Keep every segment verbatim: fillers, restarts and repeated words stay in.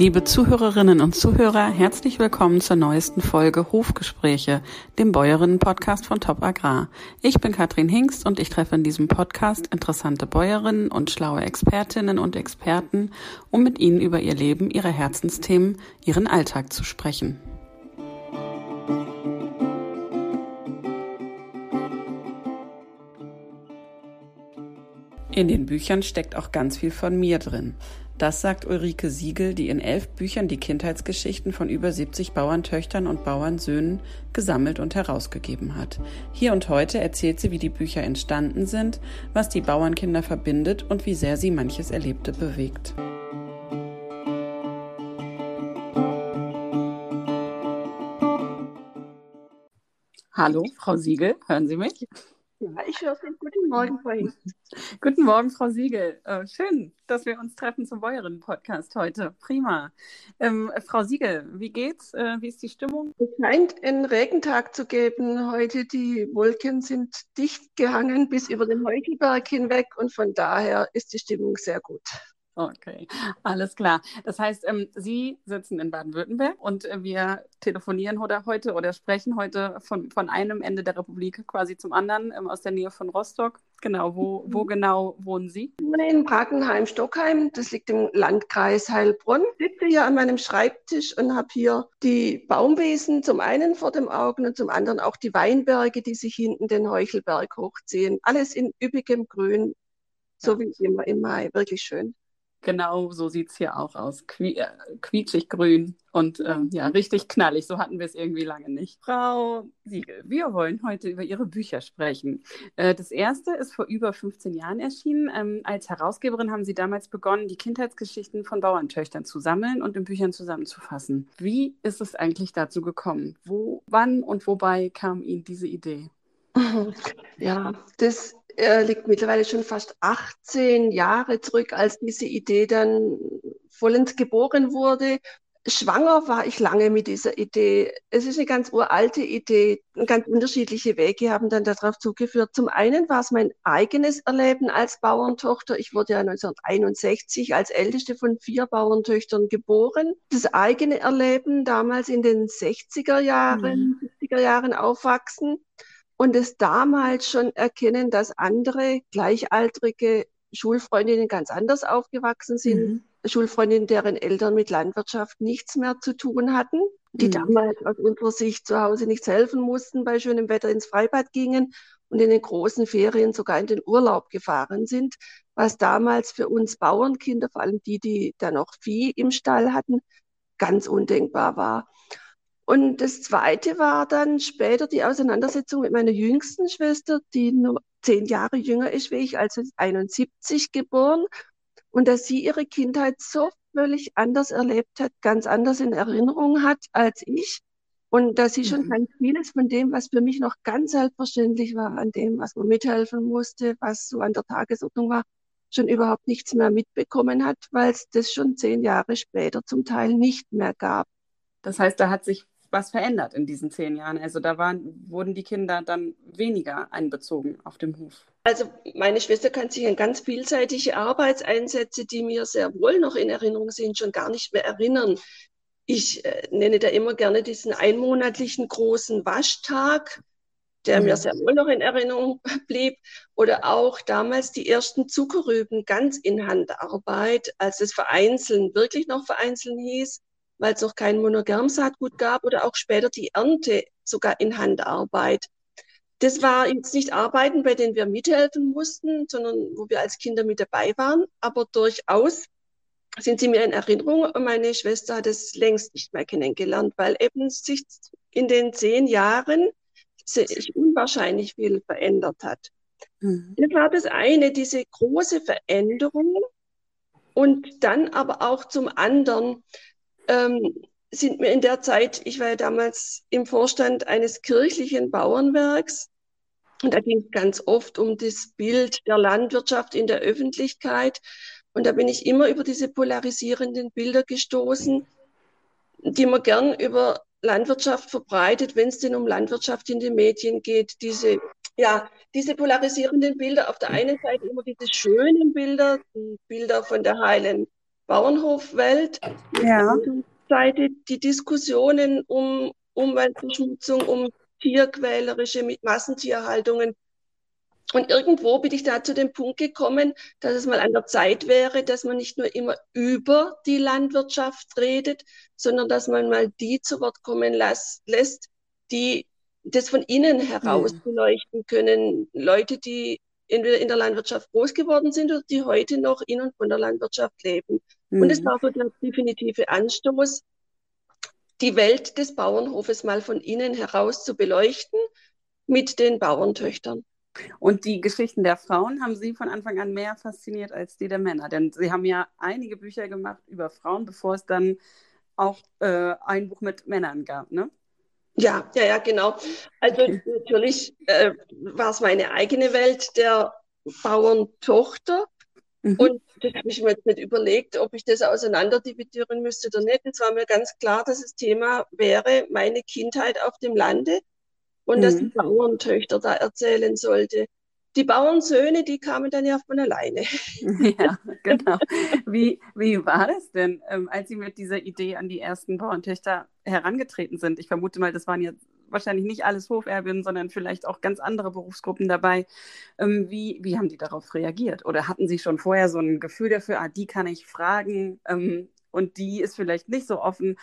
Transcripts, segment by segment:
Liebe Zuhörerinnen und Zuhörer, herzlich willkommen zur neuesten Folge Hofgespräche, dem Bäuerinnen-Podcast von Top Agrar. Ich bin Katrin Hingst und ich treffe in diesem Podcast interessante Bäuerinnen und schlaue Expertinnen und Experten, um mit ihnen über ihr Leben, ihre Herzensthemen, ihren Alltag zu sprechen. In den Büchern steckt auch ganz viel von mir drin. Das sagt Ulrike Siegel, die in elf Büchern die Kindheitsgeschichten von über siebzig Bauerntöchtern und Bauernsöhnen gesammelt und herausgegeben hat. Hier und heute erzählt sie, wie die Bücher entstanden sind, was die Bauernkinder verbindet und wie sehr sie manches Erlebte bewegt. Hallo, Frau Siegel, hören Sie mich? Ja, ich höre Sie. Guten Morgen, Frau Hingst. Guten Morgen, Frau Siegel. Äh, schön, dass wir uns treffen zum Bäuerinnen-Podcast heute. Prima. Ähm, Frau Siegel, wie geht's? Äh, wie ist die Stimmung? Es scheint einen Regentag zu geben heute. Die Wolken sind dicht gehangen bis über den Heuchelberg hinweg und von daher ist die Stimmung sehr gut. Okay, alles klar. Das heißt, ähm, Sie sitzen in Baden-Württemberg und äh, wir telefonieren oder heute oder sprechen heute von, von einem Ende der Republik quasi zum anderen, ähm, aus der Nähe von Rostock. Genau, wo, wo genau wohnen Sie? Ich wohne in Brakenheim-Stockheim, das liegt im Landkreis Heilbronn. Ich sitze hier an meinem Schreibtisch und habe hier die Baumwiesen zum einen vor den Augen und zum anderen auch die Weinberge, die sich hinten den Heuchelberg hochziehen. Alles in üppigem Grün, so Ja. wie immer im Mai. Wirklich schön. Genau, so sieht es hier auch aus. Qui äh, quietschig grün und äh, ja, richtig knallig. So hatten wir es irgendwie lange nicht. Frau Siegel, wir wollen heute über Ihre Bücher sprechen. Äh, das erste ist vor über fünfzehn Jahren erschienen. Ähm, als Herausgeberin haben Sie damals begonnen, die Kindheitsgeschichten von Bauerntöchtern zu sammeln und in Büchern zusammenzufassen. Wie ist es eigentlich dazu gekommen? Wo, wann und wobei kam Ihnen diese Idee? Ja, das äh, liegt mittlerweile schon fast achtzehn Jahre zurück, als diese Idee dann vollends geboren wurde. Schwanger war ich lange mit dieser Idee. Es ist eine ganz uralte Idee. Ganz unterschiedliche Wege haben dann darauf zugeführt. Zum einen war es mein eigenes Erleben als Bauerntochter. Ich wurde ja neunzehnhunderteinundsechzig als älteste von vier Bauerntöchtern geboren. Das eigene Erleben damals in den sechziger Jahren, siebziger Jahren aufwachsen. Und es damals schon erkennen, dass andere gleichaltrige Schulfreundinnen ganz anders aufgewachsen sind. Mhm. Schulfreundinnen, deren Eltern mit Landwirtschaft nichts mehr zu tun hatten, die mhm. damals aus unserer Sicht zu Hause nichts helfen mussten, bei schönem Wetter ins Freibad gingen und in den großen Ferien sogar in den Urlaub gefahren sind, was damals für uns Bauernkinder, vor allem die, die da noch Vieh im Stall hatten, ganz undenkbar war. Und das Zweite war dann später die Auseinandersetzung mit meiner jüngsten Schwester, die nur zehn Jahre jünger ist wie ich, also einundsiebzig geboren. Und dass sie ihre Kindheit so völlig anders erlebt hat, ganz anders in Erinnerung hat als ich. Und dass sie schon mhm. ganz vieles von dem, was für mich noch ganz selbstverständlich war, an dem, was man mithelfen musste, was so an der Tagesordnung war, schon überhaupt nichts mehr mitbekommen hat, weil es das schon zehn Jahre später zum Teil nicht mehr gab. Das heißt, da hat sich was verändert in diesen zehn Jahren. Also da waren, wurden die Kinder dann weniger einbezogen auf dem Hof. Also meine Schwester kann sich an ganz vielseitige Arbeitseinsätze, die mir sehr wohl noch in Erinnerung sind, schon gar nicht mehr erinnern. Ich äh, nenne da immer gerne diesen einmonatlichen großen Waschtag, der mhm. mir sehr wohl noch in Erinnerung blieb. Oder auch damals die ersten Zuckerrüben ganz in Handarbeit, als es vereinzeln, wirklich noch vereinzeln hieß, weil es noch kein Monogerm-Saatgut gab, oder auch später die Ernte sogar in Handarbeit. Das war jetzt nicht Arbeiten, bei denen wir mithelfen mussten, sondern wo wir als Kinder mit dabei waren, aber durchaus sind sie mir in Erinnerung und meine Schwester hat es längst nicht mehr kennengelernt, weil eben sich in den zehn Jahren sich unwahrscheinlich viel verändert hat. Mhm. Das war das eine, diese große Veränderung, und dann aber auch zum anderen, Ähm, sind mir in der Zeit, ich war ja damals im Vorstand eines kirchlichen Bauernwerks, und da ging es ganz oft um das Bild der Landwirtschaft in der Öffentlichkeit, und da bin ich immer über diese polarisierenden Bilder gestoßen, die man gern über Landwirtschaft verbreitet, wenn es denn um Landwirtschaft in den Medien geht. Diese, ja, diese polarisierenden Bilder, auf der einen Seite immer diese schönen Bilder, die Bilder von der heilen Bauernhofwelt und auf der Ja. anderen Seite die Diskussionen um Umweltverschmutzung, um tierquälerische mit Massentierhaltungen. Und irgendwo bin ich da zu dem Punkt gekommen, dass es mal an der Zeit wäre, dass man nicht nur immer über die Landwirtschaft redet, sondern dass man mal die zu Wort kommen las- lässt, die das von innen heraus Hm. beleuchten können. Leute, die entweder in der Landwirtschaft groß geworden sind oder die heute noch in und von der Landwirtschaft leben. Und es Hm. war so der definitive Anstoß, die Welt des Bauernhofes mal von innen heraus zu beleuchten mit den Bauerntöchtern. Und die Geschichten der Frauen haben Sie von Anfang an mehr fasziniert als die der Männer. Denn Sie haben ja einige Bücher gemacht über Frauen, bevor es dann auch äh, ein Buch mit Männern gab, ne? Ja, ja, ja, genau. Also Okay. natürlich äh, war es meine eigene Welt der Bauerntochter. Mhm. Und das habe ich mir jetzt nicht überlegt, ob ich das auseinanderdividieren müsste oder nicht. Es war mir ganz klar, dass das Thema wäre meine Kindheit auf dem Lande und dass die Mhm. Bauerntöchter da erzählen sollte. Die Bauernsöhne, die kamen dann ja von alleine. Ja, genau. Wie, wie war das denn, ähm, als Sie mit dieser Idee an die ersten Bauerntöchter herangetreten sind? Ich vermute mal, das waren jetzt wahrscheinlich nicht alles Hoferbinnen, sondern vielleicht auch ganz andere Berufsgruppen dabei. Ähm, wie, wie haben die darauf reagiert? Oder hatten Sie schon vorher so ein Gefühl dafür, ah, die kann ich fragen, ähm, und die ist vielleicht nicht so offen?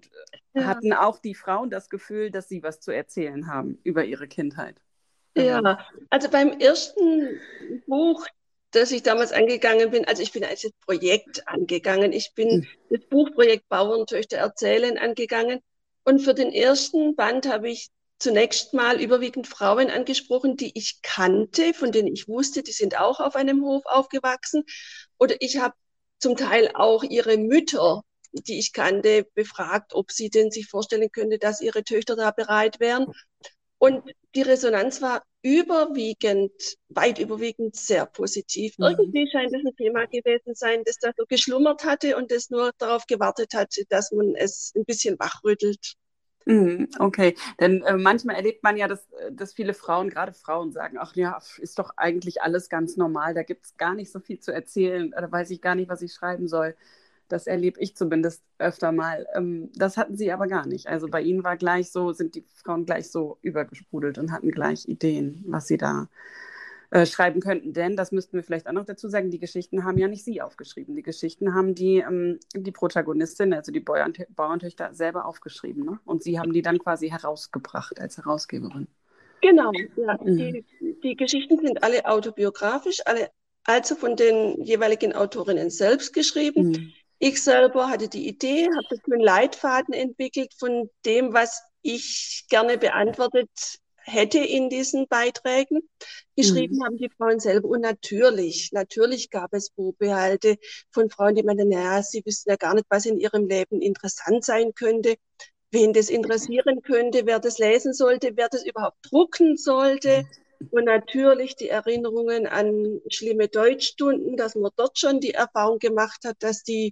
Ja, Hatten auch die Frauen das Gefühl, dass sie was zu erzählen haben über ihre Kindheit? Also, ja. Also beim ersten Buch, das ich damals angegangen bin, also ich bin als Projekt angegangen. Ich bin das Buchprojekt Bauerntöchter erzählen angegangen. Und für den ersten Band habe ich zunächst mal überwiegend Frauen angesprochen, die ich kannte, von denen ich wusste, die sind auch auf einem Hof aufgewachsen. Oder ich habe zum Teil auch ihre Mütter, die ich kannte, befragt, ob sie denn sich vorstellen könnte, dass ihre Töchter da bereit wären. Und die Resonanz war überwiegend, weit überwiegend sehr positiv. mhm. Irgendwie scheint es ein Thema gewesen sein, das da so geschlummert hatte und das nur darauf gewartet hatte, dass man es ein bisschen wachrüttelt. Mhm, okay, denn äh, manchmal erlebt man ja, dass, äh, dass viele Frauen, gerade Frauen, sagen, ach ja, ist doch eigentlich alles ganz normal, da gibt es gar nicht so viel zu erzählen, da weiß ich gar nicht, was ich schreiben soll. Das erlebe ich zumindest öfter mal. Ähm, das hatten sie aber gar nicht. Also bei ihnen war gleich so, sind die Frauen gleich so übergesprudelt und hatten gleich Ideen, was sie da äh, schreiben könnten. Denn, das müssten wir vielleicht auch noch dazu sagen, die Geschichten haben ja nicht sie aufgeschrieben. Die Geschichten haben die, ähm, die Protagonistin, also die Bauern, Bauerntöchter, selber aufgeschrieben. Ne? Und sie haben die dann quasi herausgebracht als Herausgeberin. Genau, ja, Mhm. die, die Geschichten sind alle autobiografisch, alle also von den jeweiligen Autorinnen selbst geschrieben. Mhm. Ich selber hatte die Idee, habe dazu einen Leitfaden entwickelt von dem, was ich gerne beantwortet hätte in diesen Beiträgen. Mhm. Geschrieben haben die Frauen selber. Und natürlich, natürlich gab es Vorbehalte von Frauen, die meinten, naja, sie wissen ja gar nicht, was in ihrem Leben interessant sein könnte, wen das interessieren könnte, wer das lesen sollte, wer das überhaupt drucken sollte. Und natürlich die Erinnerungen an schlimme Deutschstunden, dass man dort schon die Erfahrung gemacht hat, dass die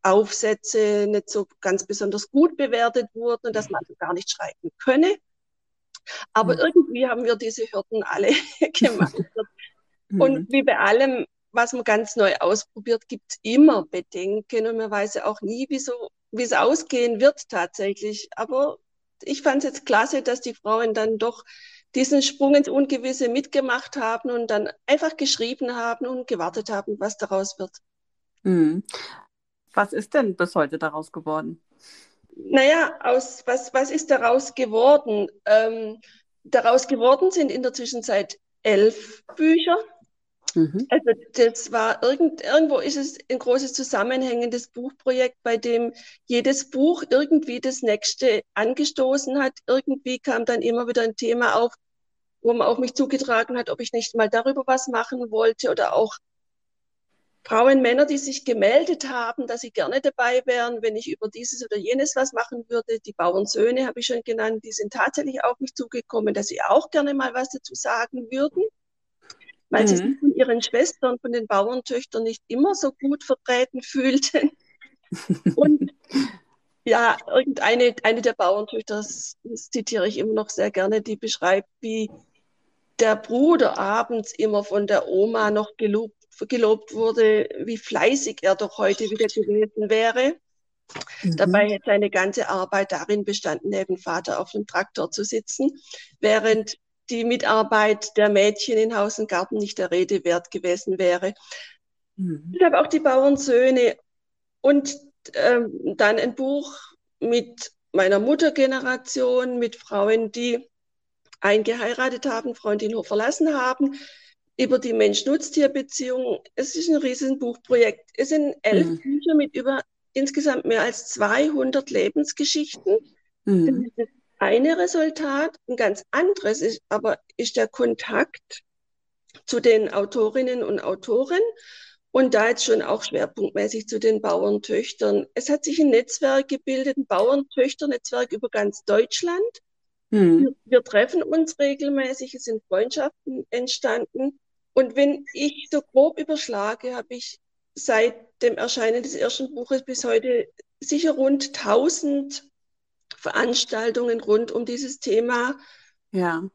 Aufsätze nicht so ganz besonders gut bewertet wurden und dass man also gar nicht schreiben könne. Aber Mhm. irgendwie haben wir diese Hürden alle gemeistert. Und Mhm. wie bei allem, was man ganz neu ausprobiert, gibt es immer Bedenken und man weiß ja auch nie, wie, so, wie es ausgehen wird tatsächlich. Aber ich fand es jetzt klasse, dass die Frauen dann doch diesen Sprung ins Ungewisse mitgemacht haben und dann einfach geschrieben haben und gewartet haben, was daraus wird. Mhm. Was ist denn bis heute daraus geworden? Naja, aus, was, was ist daraus geworden? Ähm, daraus geworden sind in der Zwischenzeit elf Bücher. Mhm. Also das war irgend, irgendwo ist es ein großes zusammenhängendes Buchprojekt, bei dem jedes Buch irgendwie das nächste angestoßen hat. Irgendwie kam dann immer wieder ein Thema auf, wo man auf mich zugetragen hat, ob ich nicht mal darüber was machen wollte oder auch Frauen, Männer, die sich gemeldet haben, dass sie gerne dabei wären, wenn ich über dieses oder jenes was machen würde. Die Bauernsöhne habe ich schon genannt, die sind tatsächlich auf mich zugekommen, dass sie auch gerne mal was dazu sagen würden, weil sie sich Mhm. von ihren Schwestern, von den Bauerntöchtern nicht immer so gut vertreten fühlten. Und ja, irgendeine eine der Bauerntöchter, das, das zitiere ich immer noch sehr gerne, die beschreibt, wie der Bruder abends immer von der Oma noch gelobt gelobt wurde, wie fleißig er doch heute wieder gewesen wäre. Dabei Mhm. hätte seine ganze Arbeit darin bestanden, neben Vater auf dem Traktor zu sitzen, während die Mitarbeit der Mädchen in Haus und Garten nicht der Rede wert gewesen wäre. Mhm. Ich habe auch die Bauernsöhne und ähm, dann ein Buch mit meiner Muttergeneration, mit Frauen, die eingeheiratet haben, Frauen, die den Hof verlassen haben, über die Mensch-Nutztier-Beziehung. Es ist ein riesen Buchprojekt. Es sind elf Mhm. Bücher mit über insgesamt mehr als zweihundert Lebensgeschichten. Das Mhm. ist das eine Resultat. Ein ganz anderes ist aber ist der Kontakt zu den Autorinnen und Autoren und da jetzt schon auch schwerpunktmäßig zu den Bauerntöchtern. Es hat sich ein Netzwerk gebildet, ein Bauerntöchternetzwerk über ganz Deutschland. Wir, Mhm. wir treffen uns regelmäßig, es sind Freundschaften entstanden. Und wenn ich so grob überschlage, habe ich seit dem Erscheinen des ersten Buches bis heute sicher rund tausend Veranstaltungen rund um dieses Thema Ja,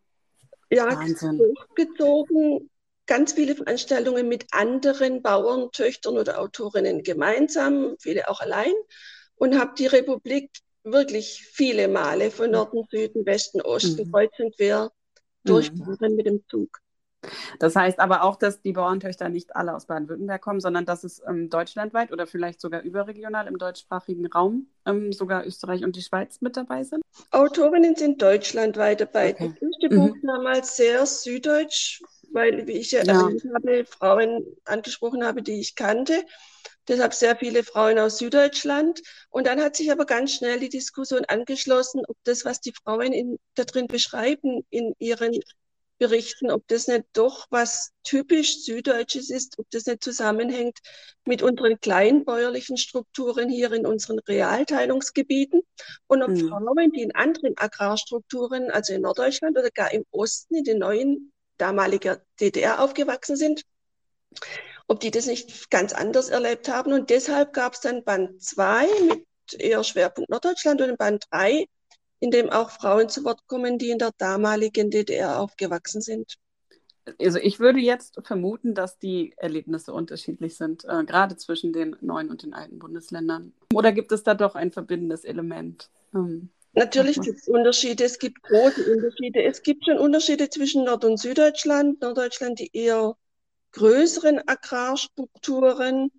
ja, Wahnsinn. durchgezogen. Ganz viele Veranstaltungen mit anderen Bauern, Töchtern oder Autorinnen gemeinsam, viele auch allein. Und habe die Republik wirklich viele Male von Norden, Süden, Westen, Osten, Mhm. kreuz und quer Mhm. durchfahren mit dem Zug. Das heißt aber auch, dass die Bauerntöchter nicht alle aus Baden-Württemberg kommen, sondern dass es ähm, deutschlandweit oder vielleicht sogar überregional im deutschsprachigen Raum ähm, sogar Österreich und die Schweiz mit dabei sind? Autorinnen sind deutschlandweit dabei. Das Okay. erste Buch Mhm. damals sehr süddeutsch, weil, wie ich ja Ja. erwähnt habe, Frauen angesprochen habe, die ich kannte. Deshalb sehr viele Frauen aus Süddeutschland. Und dann hat sich aber ganz schnell die Diskussion angeschlossen, ob das, was die Frauen in, da drin beschreiben in ihren Berichten, ob das nicht doch was typisch Süddeutsches ist, ob das nicht zusammenhängt mit unseren kleinbäuerlichen Strukturen hier in unseren Realteilungsgebieten und ob Mhm. Frauen, die in anderen Agrarstrukturen, also in Norddeutschland oder gar im Osten, in den neuen damaliger D D R aufgewachsen sind, ob die das nicht ganz anders erlebt haben. Und deshalb gab es dann Band zwei mit eher Schwerpunkt Norddeutschland und Band drei, in dem auch Frauen zu Wort kommen, die in der damaligen D D R aufgewachsen sind. Also ich würde jetzt vermuten, dass die Erlebnisse unterschiedlich sind, äh, gerade zwischen den neuen und den alten Bundesländern. Oder gibt es da doch ein verbindendes Element? Ähm, sag Natürlich mal. gibt es Unterschiede, es gibt große Unterschiede. Es gibt schon Unterschiede zwischen Nord- und Süddeutschland. Norddeutschland die eher größeren Agrarstrukturen.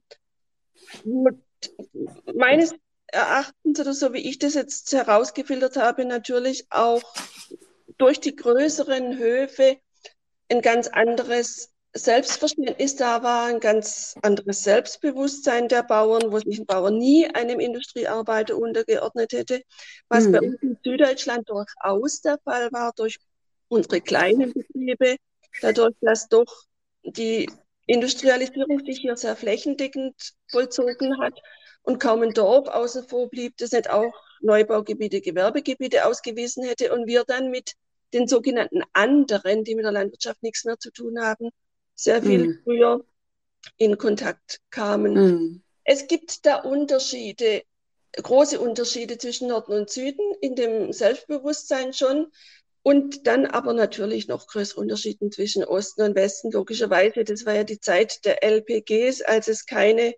Und meines Erachtens oder so wie ich das jetzt herausgefiltert habe, natürlich auch durch die größeren Höfe ein ganz anderes Selbstverständnis da war, ein ganz anderes Selbstbewusstsein der Bauern, wo sich ein Bauer nie einem Industriearbeiter untergeordnet hätte, was bei Mhm. uns in Süddeutschland durchaus der Fall war, durch unsere kleinen Betriebe, dadurch, dass doch die Industrialisierung sich hier sehr flächendeckend vollzogen hat und kaum ein Dorf außen vor blieb, das nicht auch Neubaugebiete, Gewerbegebiete ausgewiesen hätte und wir dann mit den sogenannten anderen, die mit der Landwirtschaft nichts mehr zu tun haben, sehr viel Mhm. früher in Kontakt kamen. Mhm. Es gibt da Unterschiede, große Unterschiede zwischen Norden und Süden in dem Selbstbewusstsein schon. Und dann aber natürlich noch größere Unterschiede zwischen Osten und Westen, logischerweise. Das war ja die Zeit der L P Gs, als es keine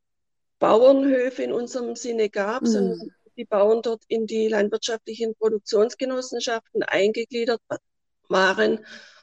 Bauernhöfe in unserem Sinne gab, sondern Mhm. die Bauern dort in die landwirtschaftlichen Produktionsgenossenschaften eingegliedert waren.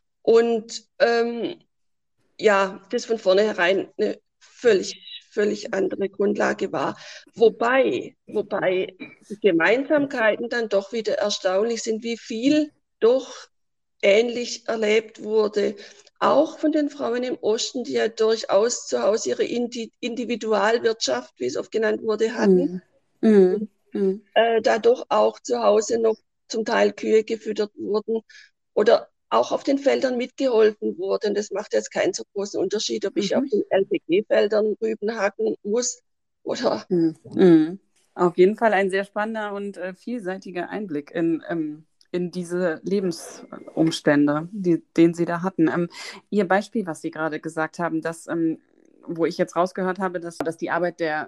Und ähm, ja, das von vornherein eine völlig, völlig andere Grundlage war. Wobei, wobei die Gemeinsamkeiten dann doch wieder erstaunlich sind, wie viel doch ähnlich erlebt wurde. Auch von den Frauen im Osten, die ja durchaus zu Hause ihre Individualwirtschaft, wie es oft genannt wurde, hatten, Mhm. Mhm. Mhm. äh, da doch auch zu Hause noch zum Teil Kühe gefüttert wurden oder auch auf den Feldern mitgeholfen wurde. Und das macht jetzt keinen so großen Unterschied, ob ich auf Mhm. den L P G-Feldern Rüben hacken muss oder Mhm. Mhm. Auf jeden Fall ein sehr spannender und äh, vielseitiger Einblick in, ähm, in diese Lebensumstände, die, den Sie da hatten. Ähm, Ihr Beispiel, was Sie gerade gesagt haben, dass, ähm, wo ich jetzt rausgehört habe, dass, dass die Arbeit der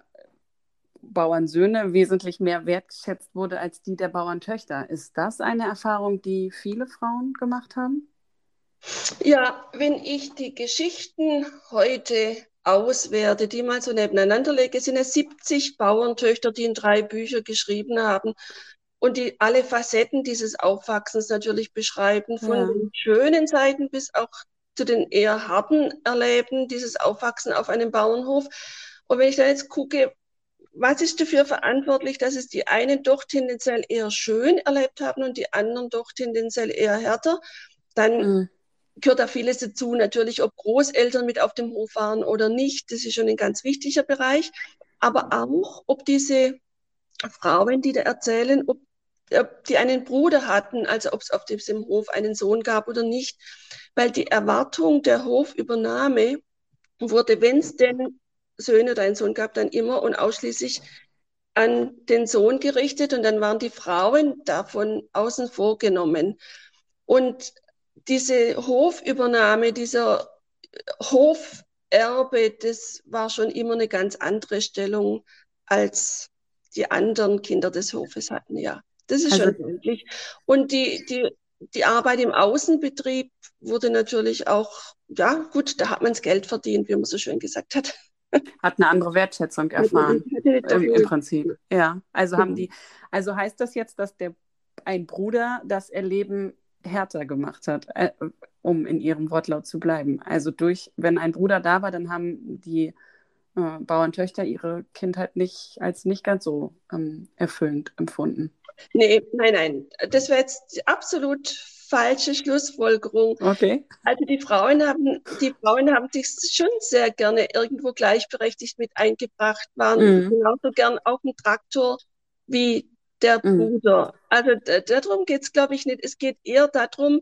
Bauernsöhne wesentlich mehr wertgeschätzt wurde als die der Bauerntöchter. Ist das eine Erfahrung, die viele Frauen gemacht haben? Ja, wenn ich die Geschichten heute auswerte, die mal so nebeneinander lege, sind es siebzig Bauerntöchter, die in drei Bücher geschrieben haben und die alle Facetten dieses Aufwachsens natürlich beschreiben, von Ja. den schönen Seiten bis auch zu den eher harten Erleben, dieses Aufwachsen auf einem Bauernhof. Und wenn ich da jetzt gucke, was ist dafür verantwortlich, dass es die einen doch tendenziell eher schön erlebt haben und die anderen doch tendenziell eher härter, dann Mhm. gehört da vieles dazu. Natürlich, ob Großeltern mit auf dem Hof waren oder nicht, das ist schon ein ganz wichtiger Bereich. Aber auch, ob diese Frauen, die da erzählen, ob, ob die einen Bruder hatten, also ob es auf diesem Hof einen Sohn gab oder nicht. Weil die Erwartung der Hofübernahme wurde, wenn es denn Söhne oder einen Sohn gab, dann immer und ausschließlich an den Sohn gerichtet und dann waren die Frauen davon außen vor genommen. Und diese Hofübernahme, dieser Hoferbe, das war schon immer eine ganz andere Stellung, als die anderen Kinder des Hofes hatten, ja. Das ist Also schon deutlich. Und die, die, die Arbeit im Außenbetrieb wurde natürlich auch, ja, gut, da hat man das Geld verdient, wie man so schön gesagt hat. hat eine andere Wertschätzung erfahren, Hatte doch im, im eine, Prinzip. Ja. Also haben ja. die, also heißt das jetzt, dass der ein Bruder das Erleben härter gemacht hat, äh, um in ihrem Wortlaut zu bleiben. Also durch, wenn ein Bruder da war, dann haben die äh, Bauerntöchter ihre Kindheit nicht als nicht ganz so ähm, erfüllend empfunden. Nee, nein, nein. Das wäre jetzt die absolut falsche Schlussfolgerung. Okay. Also die Frauen haben, die Frauen haben sich schon sehr gerne irgendwo gleichberechtigt mit eingebracht, waren Mhm. genauso gern auf dem Traktor wie der Mhm. Bruder. Also d- darum geht es, glaube ich, nicht. Es geht eher darum,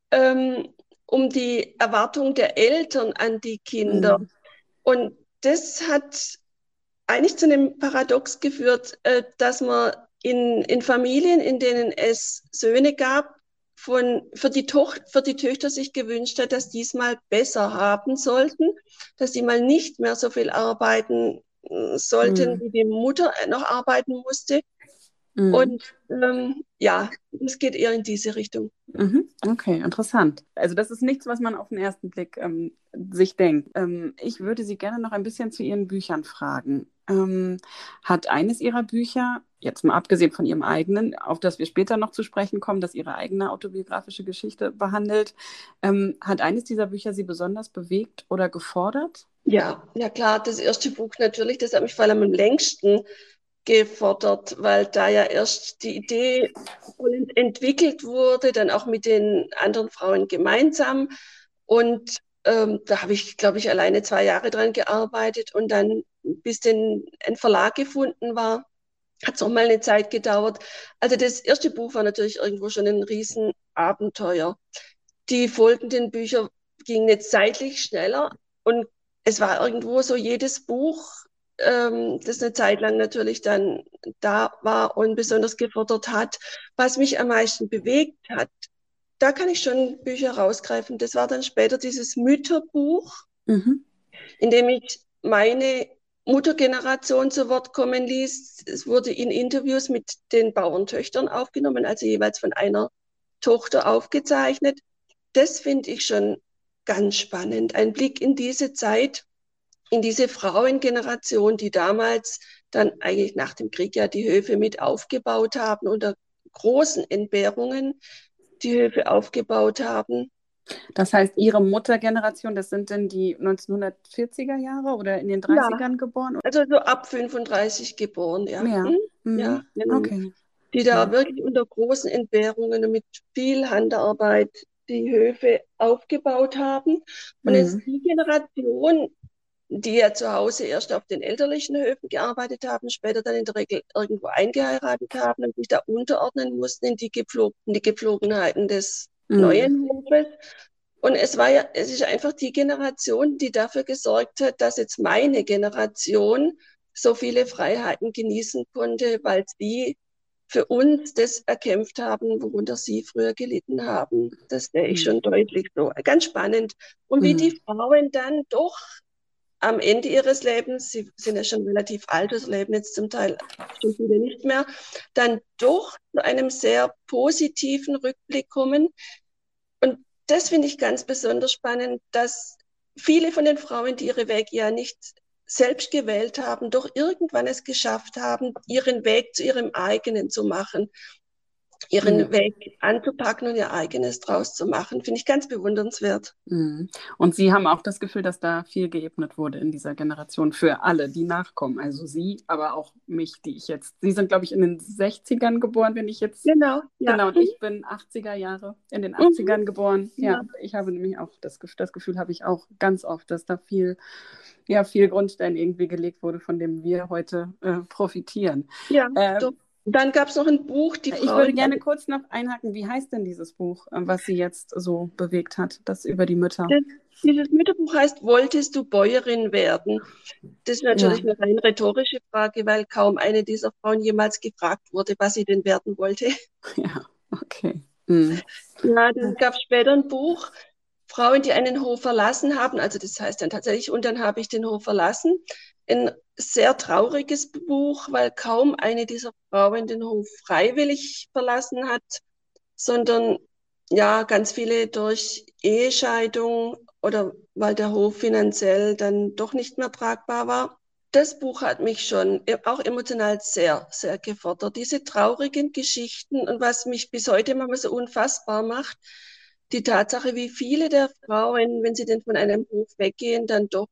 ähm, um die Erwartung der Eltern an die Kinder. Mhm. Und das hat eigentlich zu einem Paradox geführt, äh, dass man in, in Familien, in denen es Söhne gab, von, für, die Toch für die Töchter sich gewünscht hat, dass die es mal besser haben sollten, dass sie mal nicht mehr so viel arbeiten äh, sollten, Mhm. wie die Mutter noch arbeiten musste. Mhm. Und ähm, ja, es geht eher in diese Richtung. Mhm. Okay, interessant. Also das ist nichts, was man auf den ersten Blick ähm, sich denkt. Ähm, ich würde Sie gerne noch ein bisschen zu Ihren Büchern fragen. Ähm, hat eines Ihrer Bücher, jetzt mal abgesehen von Ihrem eigenen, auf das wir später noch zu sprechen kommen, das Ihre eigene autobiografische Geschichte behandelt, ähm, hat eines dieser Bücher Sie besonders bewegt oder gefordert? Ja, ja klar, das erste Buch natürlich, das hat mich vor allem am längsten gefordert, weil da ja erst die Idee entwickelt wurde, dann auch mit den anderen Frauen gemeinsam. Und ähm, da habe ich, glaube ich, alleine zwei Jahre dran gearbeitet und dann, bis denn ein Verlag gefunden war, hat es auch mal eine Zeit gedauert. Also das erste Buch war natürlich irgendwo schon ein Riesenabenteuer. Die folgenden Bücher gingen jetzt zeitlich schneller und es war irgendwo so jedes Buch, ähm, das eine Zeit lang natürlich dann da war und besonders gefordert hat, was mich am meisten bewegt hat. Da kann ich schon Bücher rausgreifen. Das war dann später dieses Mütterbuch, Mhm. in dem ich meine Muttergeneration zu Wort kommen ließ. Es wurde in Interviews mit den Bauerntöchtern aufgenommen, also jeweils von einer Tochter aufgezeichnet. Das finde ich schon ganz spannend. Ein Blick in diese Zeit, in diese Frauengeneration, die damals dann eigentlich nach dem Krieg ja die Höfe mit aufgebaut haben, unter großen Entbehrungen die Höfe aufgebaut haben. Das heißt, Ihre Muttergeneration, das sind denn die neunzehnhundertvierziger Jahre oder in den Ja, dreißigern geboren? also so ab fünfunddreißig geboren, ja. Ja. Hm? Ja, Mhm. genau. Okay. Die da Ja. wirklich unter großen Entbehrungen und mit viel Handarbeit die Höfe aufgebaut haben. Und jetzt Mhm. die Generation, die ja zu Hause erst auf den elterlichen Höfen gearbeitet haben, später dann in der Regel irgendwo eingeheiratet haben und sich da unterordnen mussten in die, Gepflog in die Gepflogenheiten des Mhm. neuen Hofes. Und es war ja, es ist einfach die Generation, die dafür gesorgt hat, dass jetzt meine Generation so viele Freiheiten genießen konnte, weil sie für uns das erkämpft haben, worunter sie früher gelitten haben. Das sehe ich Mhm. schon deutlich so. Ganz spannend. Und wie Mhm. die Frauen dann doch am Ende ihres Lebens, sie sind ja schon relativ alt, das leben jetzt zum Teil schon viele nicht mehr, dann doch zu einem sehr positiven Rückblick kommen. Und das finde ich ganz besonders spannend, dass viele von den Frauen, die ihre Wege ja nicht selbst gewählt haben, doch irgendwann es geschafft haben, ihren Weg zu ihrem eigenen zu machen, ihren Ja. Weg anzupacken und ihr eigenes draus zu machen. Finde ich ganz bewundernswert. Mhm. Und Sie haben auch das Gefühl, dass da viel geebnet wurde in dieser Generation für alle, die nachkommen. Also Sie, aber auch mich, die ich jetzt. Sie sind, glaube ich, in den sechzigern geboren, wenn ich jetzt. Genau, ja. Genau, und ich bin achtziger Jahre, in den Mhm. achtzigern geboren. Ja. Ja, ich habe nämlich auch das, Gef- das Gefühl, habe ich auch ganz oft, dass da viel, ja, viel Grundstein irgendwie gelegt wurde, von dem wir heute äh, profitieren. Ja, doch. Ähm, Dann gab es noch ein Buch, die Ich würde Frauen. gerne kurz noch einhaken, wie heißt denn dieses Buch, äh, was Sie jetzt so bewegt hat, das über die Mütter? Das, dieses Mütterbuch heißt, wolltest du Bäuerin werden? Das ist Ja, natürlich eine rein rhetorische Frage, weil kaum eine dieser Frauen jemals gefragt wurde, was sie denn werden wollte. ja, okay. Mhm. Ja, dann gab es später ein Buch, Frauen, die einen Hof verlassen haben. Also das heißt dann tatsächlich, und dann habe ich den Hof verlassen. Ein sehr trauriges Buch, weil kaum eine dieser Frauen den Hof freiwillig verlassen hat, sondern ja, ganz viele durch Ehescheidung oder weil der Hof finanziell dann doch nicht mehr tragbar war. Das Buch hat mich schon e- auch emotional sehr, sehr gefordert. Diese traurigen Geschichten und was mich bis heute manchmal so unfassbar macht, die Tatsache, wie viele der Frauen, wenn sie denn von einem Hof weggehen, dann doch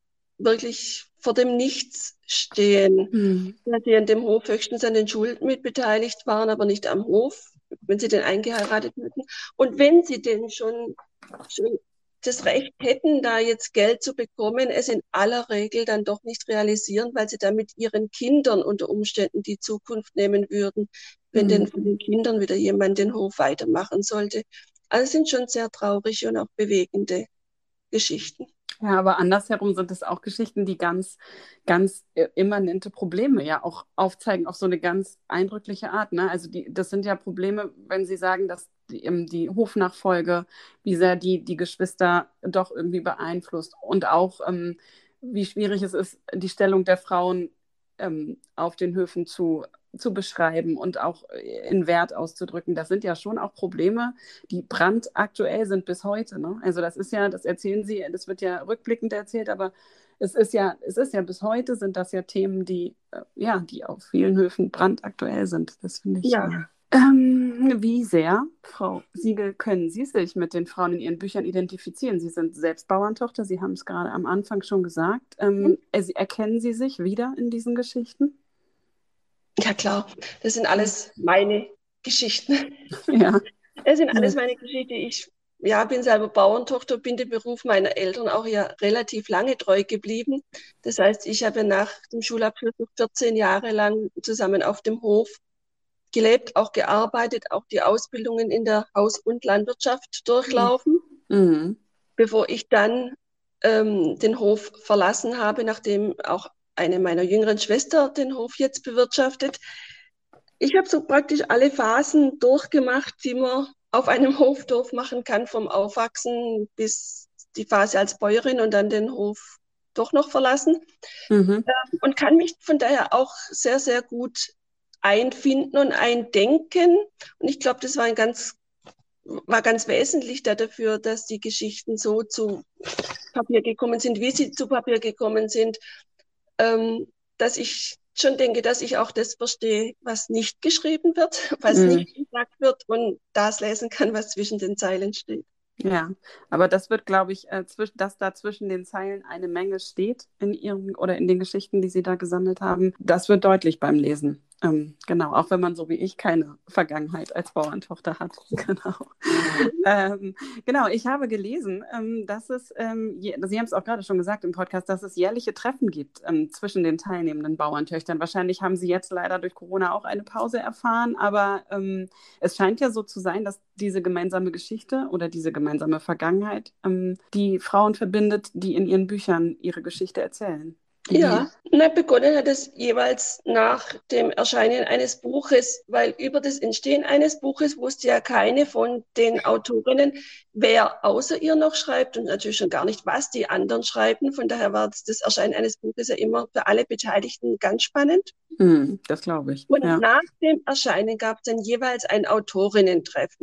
wirklich vor dem Nichts stehen, Mhm. dass sie an dem Hof höchstens an den Schulden mitbeteiligt waren, aber nicht am Hof, wenn sie den eingeheiratet hätten. Und wenn sie denn schon, schon das Recht hätten, da jetzt Geld zu bekommen, es in aller Regel dann doch nicht realisieren, weil sie damit ihren Kindern unter Umständen die Zukunft nehmen würden, wenn denn Mhm. von den Kindern wieder jemand den Hof weitermachen sollte. Also es sind schon sehr traurige und auch bewegende Geschichten. Ja, aber andersherum sind es auch Geschichten, die ganz, ganz äh, immanente Probleme ja auch aufzeigen auf so eine ganz eindrückliche Art. Ne? Also die, das sind ja Probleme, wenn Sie sagen, dass die, ähm, die Hofnachfolge, wie sehr die, die Geschwister doch irgendwie beeinflusst und auch ähm, wie schwierig es ist, die Stellung der Frauen ähm, auf den Höfen zu, zu beschreiben und auch in Wert auszudrücken. Das sind ja schon auch Probleme, die brandaktuell sind bis heute. Ne? Also das ist ja, das erzählen Sie, das wird ja rückblickend erzählt, aber es ist ja, es ist ja bis heute sind das ja Themen, die, äh, ja, die auf vielen Höfen brandaktuell sind. Das finde ich. Ja, Äh, ähm, wie sehr, Frau Siegel, können Sie sich mit den Frauen in Ihren Büchern identifizieren? Sie sind selbst Bauerntochter, Sie haben es gerade am Anfang schon gesagt. Ähm, äh, Sie- erkennen Sie sich wieder in diesen Geschichten? ja klar, das sind alles meine Geschichten. Ja. Es sind Ja. alles meine Geschichten. Ich ja, bin selber Bauerntochter, bin dem Beruf meiner Eltern auch ja relativ lange treu geblieben. Das heißt, ich habe nach dem Schulabschluss noch vierzehn Jahre lang zusammen auf dem Hof gelebt, auch gearbeitet, auch die Ausbildungen in der Haus- und Landwirtschaft durchlaufen, Mhm. bevor ich dann ähm, den Hof verlassen habe, nachdem auch eine meiner jüngeren Schwester den Hof jetzt bewirtschaftet. Ich habe so praktisch alle Phasen durchgemacht, die man auf einem Hof durchmachen kann, vom Aufwachsen bis die Phase als Bäuerin und dann den Hof doch noch verlassen. Mhm. Und kann mich von daher auch sehr, sehr gut einfinden und eindenken. Und ich glaube, das war ein ganz, war ganz wesentlich da dafür, dass die Geschichten so zu Papier gekommen sind, wie sie zu Papier gekommen sind, ähm, dass ich schon denke, dass ich auch das verstehe, was nicht geschrieben wird, was Mhm. nicht gesagt wird und das lesen kann, was zwischen den Zeilen steht. Ja, aber das wird, glaube ich, äh, zwisch dass da zwischen den Zeilen eine Menge steht in ihren oder in den Geschichten, die Sie da gesammelt haben, das wird deutlich beim Lesen. Ähm, genau, auch wenn man so wie ich keine Vergangenheit als Bauerntochter hat. Genau. Ähm, genau, ich habe gelesen, ähm, dass es, ähm, je, Sie haben es auch gerade schon gesagt im Podcast, dass es jährliche Treffen gibt ähm, zwischen den teilnehmenden Bauerntöchtern. Wahrscheinlich haben Sie jetzt leider durch Corona auch eine Pause erfahren, aber ähm, es scheint ja so zu sein, dass diese gemeinsame Geschichte oder diese gemeinsame Vergangenheit ähm, die Frauen verbindet, die in ihren Büchern ihre Geschichte erzählen. Wie? Ja, na, begonnen hat es jeweils nach dem Erscheinen eines Buches, weil über das Entstehen eines Buches wusste ja keine von den Autorinnen, wer außer ihr noch schreibt und natürlich schon gar nicht, was die anderen schreiben. Von daher war das, das Erscheinen eines Buches ja immer für alle Beteiligten ganz spannend. Hm, das glaube ich, Und ja. nach dem Erscheinen gab es dann jeweils ein Autorinnen-Treffen.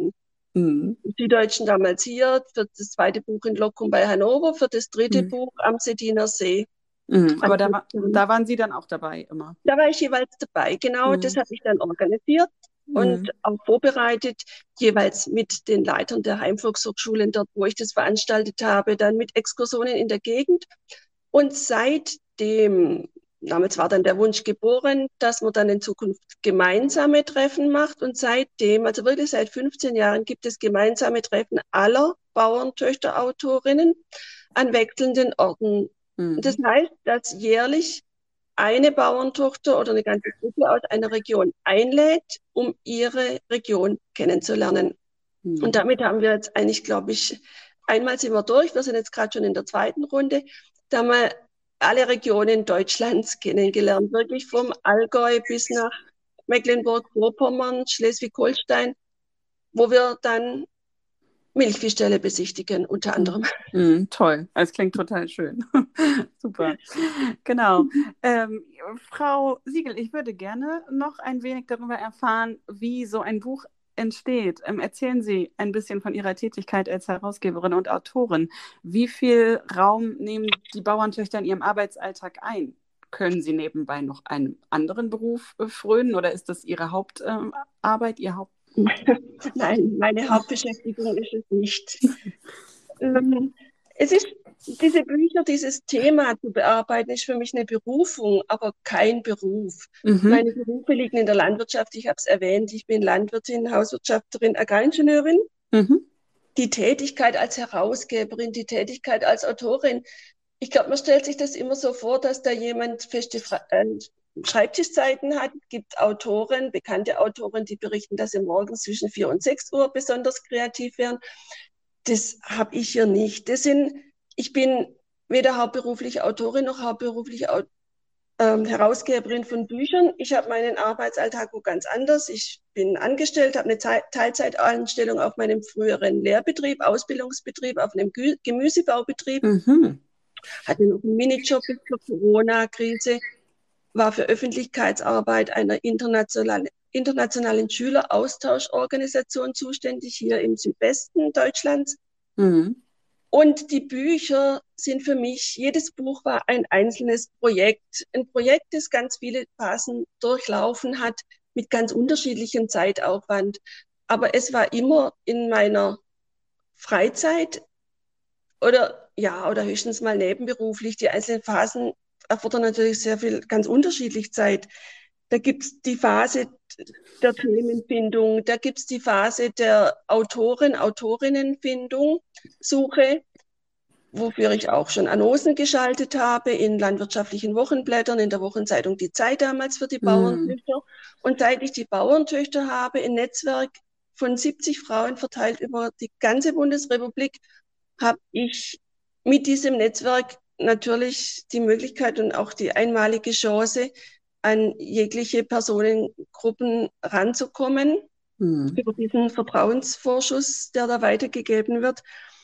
Mhm. Die Deutschen damals hier, für das zweite Buch in Loccum bei Hannover, für das dritte Mhm. Buch am Settiner See. Mhm. An Aber da, war, Potsdam. da waren Sie dann auch dabei immer. Da war ich jeweils dabei, genau, das Mhm. habe ich dann organisiert und Mhm. auch vorbereitet, jeweils mit den Leitern der Heimvolkshochschulen dort, wo ich das veranstaltet habe, dann mit Exkursionen in der Gegend. Und seitdem, damals war dann der Wunsch geboren, dass man dann in Zukunft gemeinsame Treffen macht. Und seitdem, also wirklich seit fünfzehn Jahren, gibt es gemeinsame Treffen aller Bauerntöchter-Autorinnen an wechselnden Orten. Das Mhm. heißt, dass jährlich eine Bauerntochter oder eine ganze Gruppe aus einer Region einlädt, um ihre Region kennenzulernen. Und Mhm. damit haben wir jetzt eigentlich, glaube ich, einmal sind wir durch. Wir sind jetzt gerade schon in der zweiten Runde. Da haben wir alle Regionen Deutschlands kennengelernt, wirklich vom Allgäu bis nach Mecklenburg-Vorpommern, Schleswig-Holstein, wo wir dann Milchviehställe besichtigen, unter Mhm. anderem. Mhm. Toll. Es klingt total schön. Super. Genau. Ähm, Frau Siegel, ich würde gerne noch ein wenig darüber erfahren, wie so ein Buch entsteht. Ähm, erzählen Sie ein bisschen von Ihrer Tätigkeit als Herausgeberin und Autorin. Wie viel Raum nehmen die Bauerntöchter in Ihrem Arbeitsalltag ein? Können Sie nebenbei noch einen anderen Beruf äh, frönen oder ist das Ihre Hauptarbeit, Ihr Haupt? Nein, meine Hauptbeschäftigung ist es nicht. Ähm, es ist, diese Bücher, dieses Thema zu bearbeiten, ist für mich eine Berufung, aber kein Beruf. Mhm. Meine Berufe liegen in der Landwirtschaft. Ich habe es erwähnt, ich bin Landwirtin, Hauswirtschafterin, Agraringenieurin. Mhm. Die Tätigkeit als Herausgeberin, die Tätigkeit als Autorin. Ich glaube, man stellt sich das immer so vor, dass da jemand feste Fra äh, Schreibtischzeiten hat. Es gibt Autoren, bekannte Autoren, die berichten, dass sie morgens zwischen vier und sechs Uhr besonders kreativ wären. Das habe ich hier nicht. Das sind, ich bin weder hauptberuflich Autorin noch hauptberuflich Au- ähm, Herausgeberin von Büchern. Ich habe meinen Arbeitsalltag wo ganz anders. Ich bin angestellt, habe eine Zei- Teilzeitanstellung auf meinem früheren Lehrbetrieb, Ausbildungsbetrieb, auf einem Gü Gemüsebaubetrieb, Mhm. hatte noch einen Minijob bis zur Corona-Krise, war für Öffentlichkeitsarbeit einer internationalen, internationalen Schüleraustauschorganisation zuständig, hier im Südwesten Deutschlands. Mhm. Und die Bücher sind für mich, jedes Buch war ein einzelnes Projekt. Ein Projekt, das ganz viele Phasen durchlaufen hat, mit ganz unterschiedlichem Zeitaufwand. Aber es war immer in meiner Freizeit oder ja, oder höchstens mal nebenberuflich. Die einzelnen Phasen erfordern natürlich sehr viel, ganz unterschiedlich Zeit. Da gibt's die Phase der Themenfindung, da gibt's die Phase der Autoren, Autorinnenfindung, Suche, wofür ich auch schon Annoncen geschaltet habe in landwirtschaftlichen Wochenblättern, in der Wochenzeitung Die Zeit damals für die Mhm. Bauerntöchter. Und seit ich die Bauerntöchter habe, ein Netzwerk von siebzig Frauen verteilt über die ganze Bundesrepublik, habe ich mit diesem Netzwerk natürlich die Möglichkeit und auch die einmalige Chance, an jegliche Personengruppen ranzukommen Mhm. über diesen Vertrauensvorschuss, der da weitergegeben wird.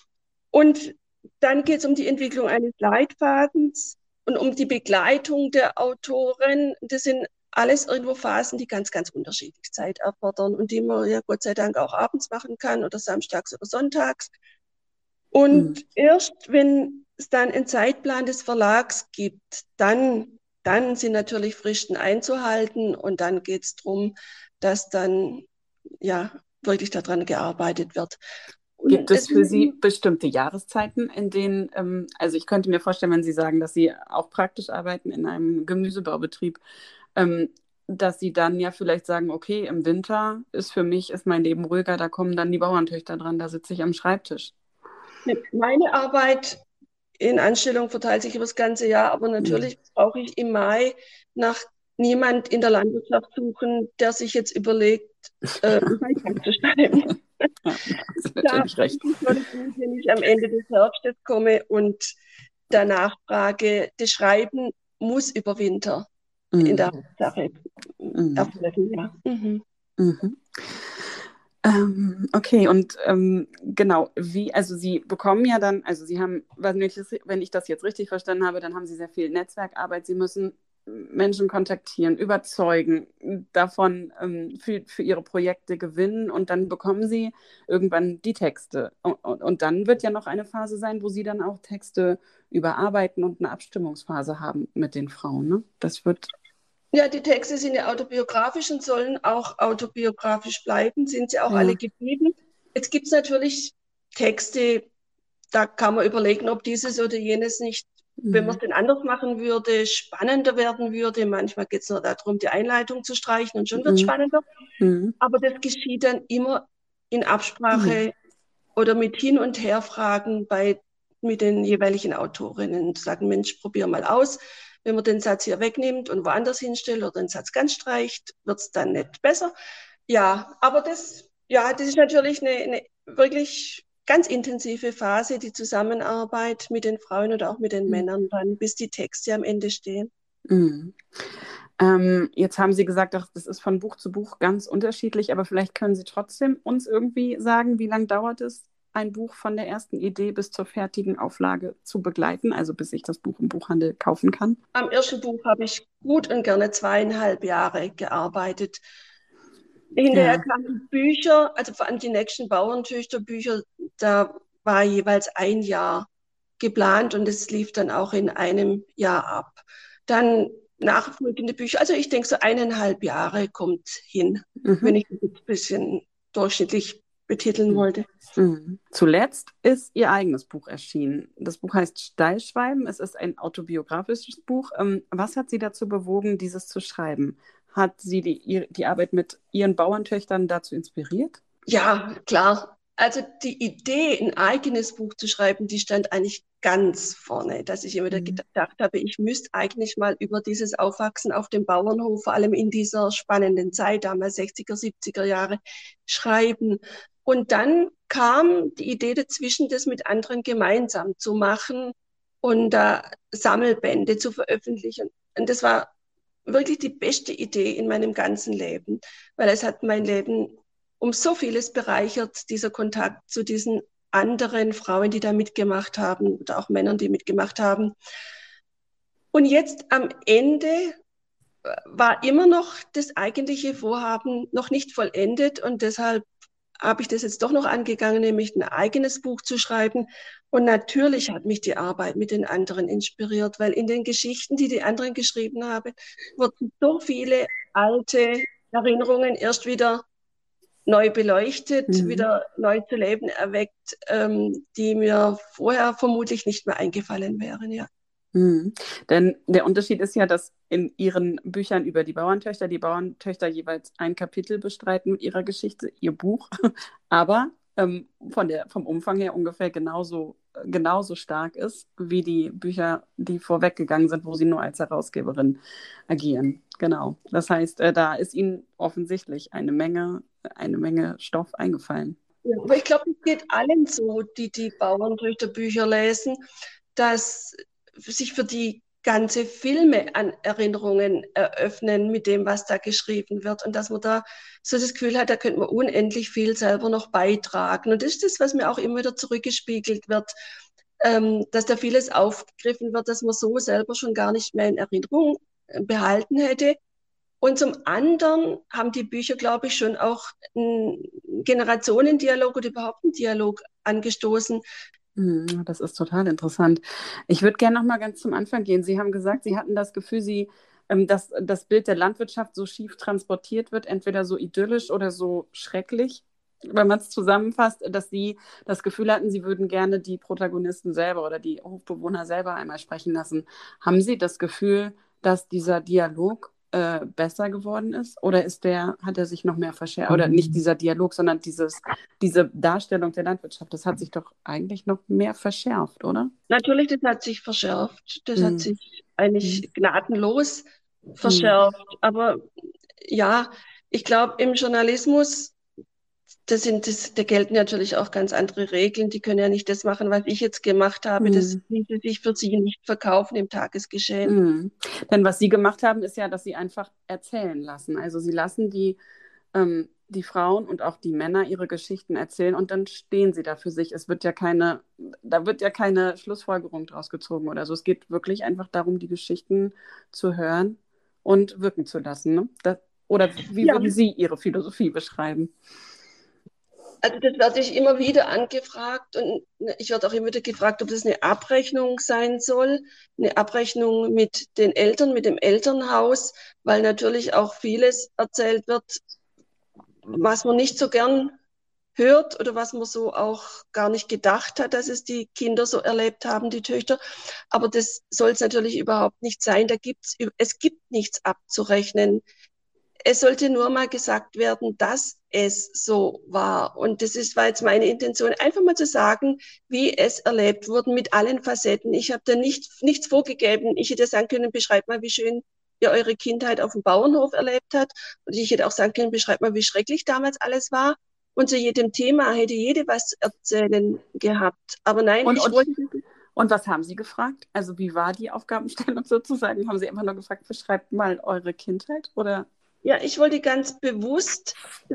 Und dann geht es um die Entwicklung eines Leitfadens und um die Begleitung der Autoren. Das sind alles irgendwo Phasen, die ganz, ganz unterschiedlich Zeit erfordern und die man ja Gott sei Dank auch abends machen kann oder samstags oder sonntags. Mhm. Und erst wenn es dann einen Zeitplan des Verlags gibt, dann, dann sind natürlich Fristen einzuhalten und dann geht es darum, dass dann ja wirklich daran gearbeitet wird. Und Gibt es es für sind Sie bestimmte Jahreszeiten, in denen, ähm, also ich könnte mir vorstellen, wenn Sie sagen, dass Sie auch praktisch arbeiten in einem Gemüsebaubetrieb, ähm, dass Sie dann ja vielleicht sagen, okay, im Winter ist für mich, ist mein Leben ruhiger, da kommen dann die Bauerntöchter dran, da sitze ich am Schreibtisch. meine Arbeit in Anstellung verteilt sich über das ganze Jahr, aber Mhm. natürlich brauche ich im Mai nach niemand in der Landwirtschaft suchen, der sich jetzt überlegt, äh, einen Beitrag zu schreiben. Ja, da haben Sie Da natürlich recht. ist es schon gut, wenn ich am Ende des Herbstes komme und danach frage, das Schreiben muss über Winter in der Mhm. Hauptsache Mhm. erfolgen. Ja. Mhm. Mhm. Ähm, okay, und ähm, genau, wie, also Sie bekommen ja dann, also Sie haben, wenn ich das, wenn ich das jetzt richtig verstanden habe, dann haben Sie sehr viel Netzwerkarbeit. Sie müssen Menschen kontaktieren, überzeugen, davon ähm, für, für ihre Projekte gewinnen und dann bekommen sie irgendwann die Texte. Und, und, und dann wird ja noch eine Phase sein, wo sie dann auch Texte überarbeiten und eine Abstimmungsphase haben mit den Frauen. Ne? Das wird. Ja, die Texte sind ja autobiografisch und sollen auch autobiografisch bleiben, sind sie auch alle Ja. geblieben. Jetzt gibt es natürlich Texte, da kann man überlegen, ob dieses oder jenes nicht, wenn man Mhm. es denn anders machen würde, spannender werden würde. Manchmal geht es nur darum, die Einleitung zu streichen und schon wird es Mhm. spannender. Mhm. Aber das geschieht dann immer in Ja. Absprache oder mit Hin- und Herfragen bei, mit den jeweiligen Autorinnen. Sagen, Mensch, probier mal aus. Wenn man den Satz hier wegnimmt und woanders hinstellt oder den Satz ganz streicht, wird es dann nicht besser. Ja, aber das, ja, das ist natürlich eine, eine wirklich ganz intensive Phase, die Zusammenarbeit mit den Frauen und auch mit den Mhm. Männern dann, bis die Texte am Ende stehen. Mhm. Ähm, jetzt haben Sie gesagt, ach, das ist von Buch zu Buch ganz unterschiedlich, aber vielleicht können Sie trotzdem uns irgendwie sagen, wie lange dauert es, ein Buch von der ersten Idee bis zur fertigen Auflage zu begleiten, also bis ich das Buch im Buchhandel kaufen kann? Am ersten Buch habe ich gut und gerne zweieinhalb Jahre gearbeitet. Hinterher Ja. kamen Bücher, also vor allem die nächsten Bauerntöchter-Bücher, da war jeweils ein Jahr geplant und es lief dann auch in einem Jahr ab. Dann nachfolgende Bücher, also ich denke so eineinhalb Jahre kommt hin, wenn Mhm. ich das jetzt ein bisschen durchschnittlich betiteln Mhm. wollte. Mhm. Zuletzt ist Ihr eigenes Buch erschienen. Das Buch heißt Stallschwalben. Es ist ein autobiografisches Buch. Ähm, was hat Sie dazu bewogen, dieses zu schreiben? Hat Sie die, ihr- die Arbeit mit Ihren Bauerntöchtern dazu inspiriert? Ja, klar. Also die Idee, ein eigenes Buch zu schreiben, die stand eigentlich ganz vorne, dass ich immer wieder Mhm. gedacht habe, ich müsste eigentlich mal über dieses Aufwachsen auf dem Bauernhof, vor allem in dieser spannenden Zeit, damals sechziger, siebziger Jahre, schreiben. Und dann kam die Idee dazwischen, das mit anderen gemeinsam zu machen und äh, Sammelbände zu veröffentlichen. Und das war wirklich die beste Idee in meinem ganzen Leben, weil es hat mein Leben um so vieles bereichert, dieser Kontakt zu diesen anderen Frauen, die da mitgemacht haben oder auch Männern, die mitgemacht haben. Und jetzt am Ende war immer noch das eigentliche Vorhaben noch nicht vollendet und deshalb habe ich das jetzt doch noch angegangen, nämlich ein eigenes Buch zu schreiben. Und natürlich hat mich die Arbeit mit den anderen inspiriert, weil in den Geschichten, die die anderen geschrieben haben, wurden so viele alte Erinnerungen erst wieder neu beleuchtet, Mhm. wieder neu zu Leben erweckt, ähm, die mir vorher vermutlich nicht mehr eingefallen wären, ja. Mhm. Denn der Unterschied ist ja, dass in Ihren Büchern über die Bauerntöchter die Bauerntöchter jeweils ein Kapitel bestreiten mit ihrer Geschichte, ihr Buch, aber ähm, von der, vom Umfang her ungefähr genauso, genauso stark ist wie die Bücher, die vorweggegangen sind, wo Sie nur als Herausgeberin agieren. Genau. Das heißt, äh, da ist Ihnen offensichtlich eine Menge, eine Menge Stoff eingefallen. Ja, aber ich glaube, es geht allen so, die die Bauerntöchter-Bücher lesen, dass sich für die ganze Filme an Erinnerungen eröffnen mit dem, was da geschrieben wird und dass man da so das Gefühl hat, da könnte man unendlich viel selber noch beitragen. Und das ist das, was mir auch immer wieder zurückgespiegelt wird, ähm, dass da vieles aufgegriffen wird, dass man so selber schon gar nicht mehr in Erinnerung äh, behalten hätte. Und zum anderen haben die Bücher, glaube ich, schon auch einen Generationendialog oder überhaupt einen Dialog angestoßen. Hm, das ist total interessant. Ich würde gerne noch mal ganz zum Anfang gehen. Sie haben gesagt, Sie hatten das Gefühl, Sie, ähm, dass das Bild der Landwirtschaft so schief transportiert wird, entweder so idyllisch oder so schrecklich. Wenn man es zusammenfasst, dass Sie das Gefühl hatten, Sie würden gerne die Protagonisten selber oder die Hofbewohner selber einmal sprechen lassen. Haben Sie das Gefühl, dass dieser Dialog äh, besser geworden ist? Oder ist der, hat er sich noch mehr verschärft? Oder nicht dieser Dialog, sondern dieses diese Darstellung der Landwirtschaft, das hat sich doch eigentlich noch mehr verschärft, oder? Natürlich, das hat sich verschärft. Das hat Mhm. sich eigentlich gnadenlos Mhm. verschärft. Aber ja, ich glaube, im Journalismus, das sind, das, da gelten natürlich auch ganz andere Regeln. Die können ja nicht das machen, was ich jetzt gemacht habe. Das Mhm. ließe sich für sie nicht verkaufen im Tagesgeschehen. Mhm. Denn was Sie gemacht haben, ist ja, dass Sie einfach erzählen lassen. Also Sie lassen die, ähm, die Frauen und auch die Männer ihre Geschichten erzählen und dann stehen sie da für sich. Es wird ja keine, da wird ja keine Schlussfolgerung draus gezogen oder so. Es geht wirklich einfach darum, die Geschichten zu hören und wirken zu lassen. Ne? Das, oder wie Ja. würden Sie Ihre Philosophie beschreiben? Also das werde ich immer wieder angefragt und ich werde auch immer wieder gefragt, ob das eine Abrechnung sein soll, eine Abrechnung mit den Eltern, mit dem Elternhaus, weil natürlich auch vieles erzählt wird, was man nicht so gern hört oder was man so auch gar nicht gedacht hat, dass es die Kinder so erlebt haben, die Töchter. Aber das soll es natürlich überhaupt nicht sein. Da gibt's, es gibt nichts abzurechnen. Es sollte nur mal gesagt werden, dass es so war. Und das ist, war jetzt meine Intention, einfach mal zu sagen, wie es erlebt wurde mit allen Facetten. Ich habe da nicht, nichts vorgegeben. Ich hätte sagen können, beschreibt mal, wie schön ihr eure Kindheit auf dem Bauernhof erlebt habt. Und ich hätte auch sagen können, beschreibt mal, wie schrecklich damals alles war. Und zu jedem Thema hätte jede was zu erzählen gehabt. Aber nein, und, ich und, wollte... Und was haben Sie gefragt? Also wie war die Aufgabenstellung sozusagen? Haben Sie einfach nur gefragt, beschreibt mal eure Kindheit? Oder? Ja, ich wollte ganz bewusst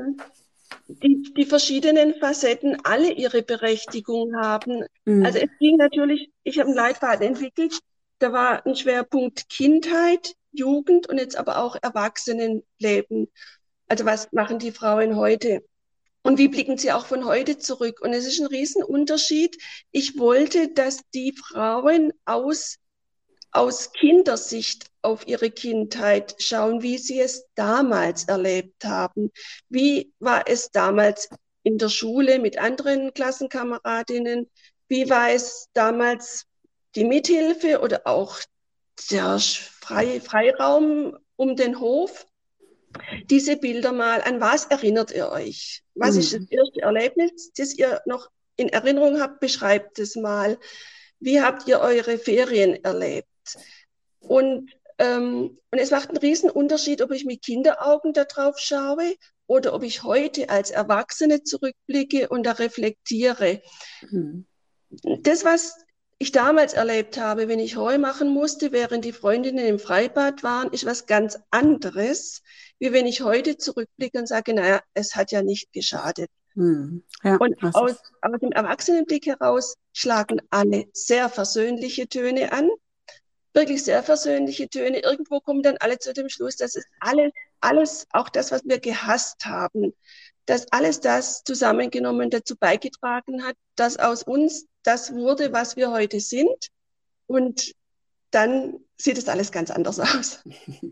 die, die verschiedenen Facetten alle ihre Berechtigung haben. Mhm. Also es ging natürlich, ich habe einen Leitfaden entwickelt, da war ein Schwerpunkt Kindheit, Jugend und jetzt aber auch Erwachsenenleben. Also was machen die Frauen heute? Und wie blicken sie auch von heute zurück? Und es ist ein Riesenunterschied. Ich wollte, dass die Frauen aus, aus Kindersicht auf ihre Kindheit schauen, wie sie es damals erlebt haben. Wie war es damals in der Schule mit anderen Klassenkameradinnen? Wie war es damals die Mithilfe oder auch der Frei, Freiraum um den Hof? Diese Bilder mal, an was erinnert ihr euch? Was mhm. ist das erste Erlebnis, das ihr noch in Erinnerung habt? Beschreibt es mal. Wie habt ihr eure Ferien erlebt? Und, ähm, und es macht einen riesen Unterschied, ob ich mit Kinderaugen da drauf schaue oder ob ich heute als Erwachsene zurückblicke und da reflektiere. Mhm. Das, was ich damals erlebt habe, wenn ich Heu machen musste, während die Freundinnen im Freibad waren, ist was ganz anderes, wie wenn ich heute zurückblicke und sage, naja, es hat ja nicht geschadet. Hm, ja, und aus, aus dem Erwachsenenblick heraus schlagen alle sehr versöhnliche Töne an, wirklich sehr versöhnliche Töne. Irgendwo kommen dann alle zu dem Schluss, dass es alles, alles, auch das, was wir gehasst haben, dass alles das zusammengenommen dazu beigetragen hat, dass aus uns das wurde, was wir heute sind. Und dann sieht es alles ganz anders aus.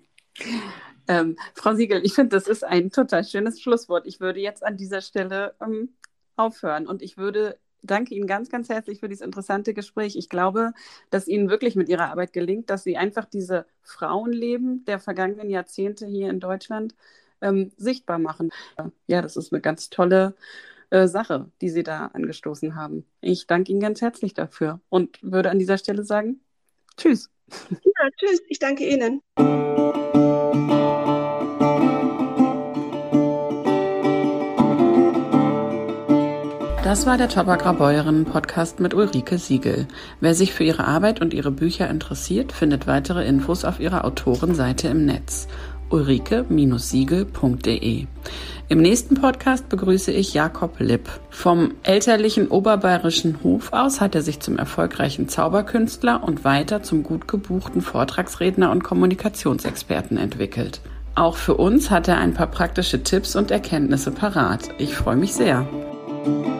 ähm, Frau Siegel, ich finde, das ist ein total schönes Schlusswort. Ich würde jetzt an dieser Stelle ähm, aufhören und ich würde danke Ihnen ganz, ganz herzlich für dieses interessante Gespräch. Ich glaube, dass Ihnen wirklich mit Ihrer Arbeit gelingt, dass Sie einfach diese Frauenleben der vergangenen Jahrzehnte hier in Deutschland ähm, sichtbar machen. Ja, das ist eine ganz tolle äh, Sache, die Sie da angestoßen haben. Ich danke Ihnen ganz herzlich dafür und würde an dieser Stelle sagen, tschüss. Ja, tschüss. Ich danke Ihnen. Das war der Topper Graubäuerinnen-Podcast mit Ulrike Siegel. Wer sich für ihre Arbeit und ihre Bücher interessiert, findet weitere Infos auf ihrer Autorenseite im Netz ulrike Siegel punkt de. Im nächsten Podcast begrüße ich Jakob Lipp. Vom elterlichen oberbayerischen Hof aus hat er sich zum erfolgreichen Zauberkünstler und weiter zum gut gebuchten Vortragsredner und Kommunikationsexperten entwickelt. Auch für uns hat er ein paar praktische Tipps und Erkenntnisse parat. Ich freue mich sehr.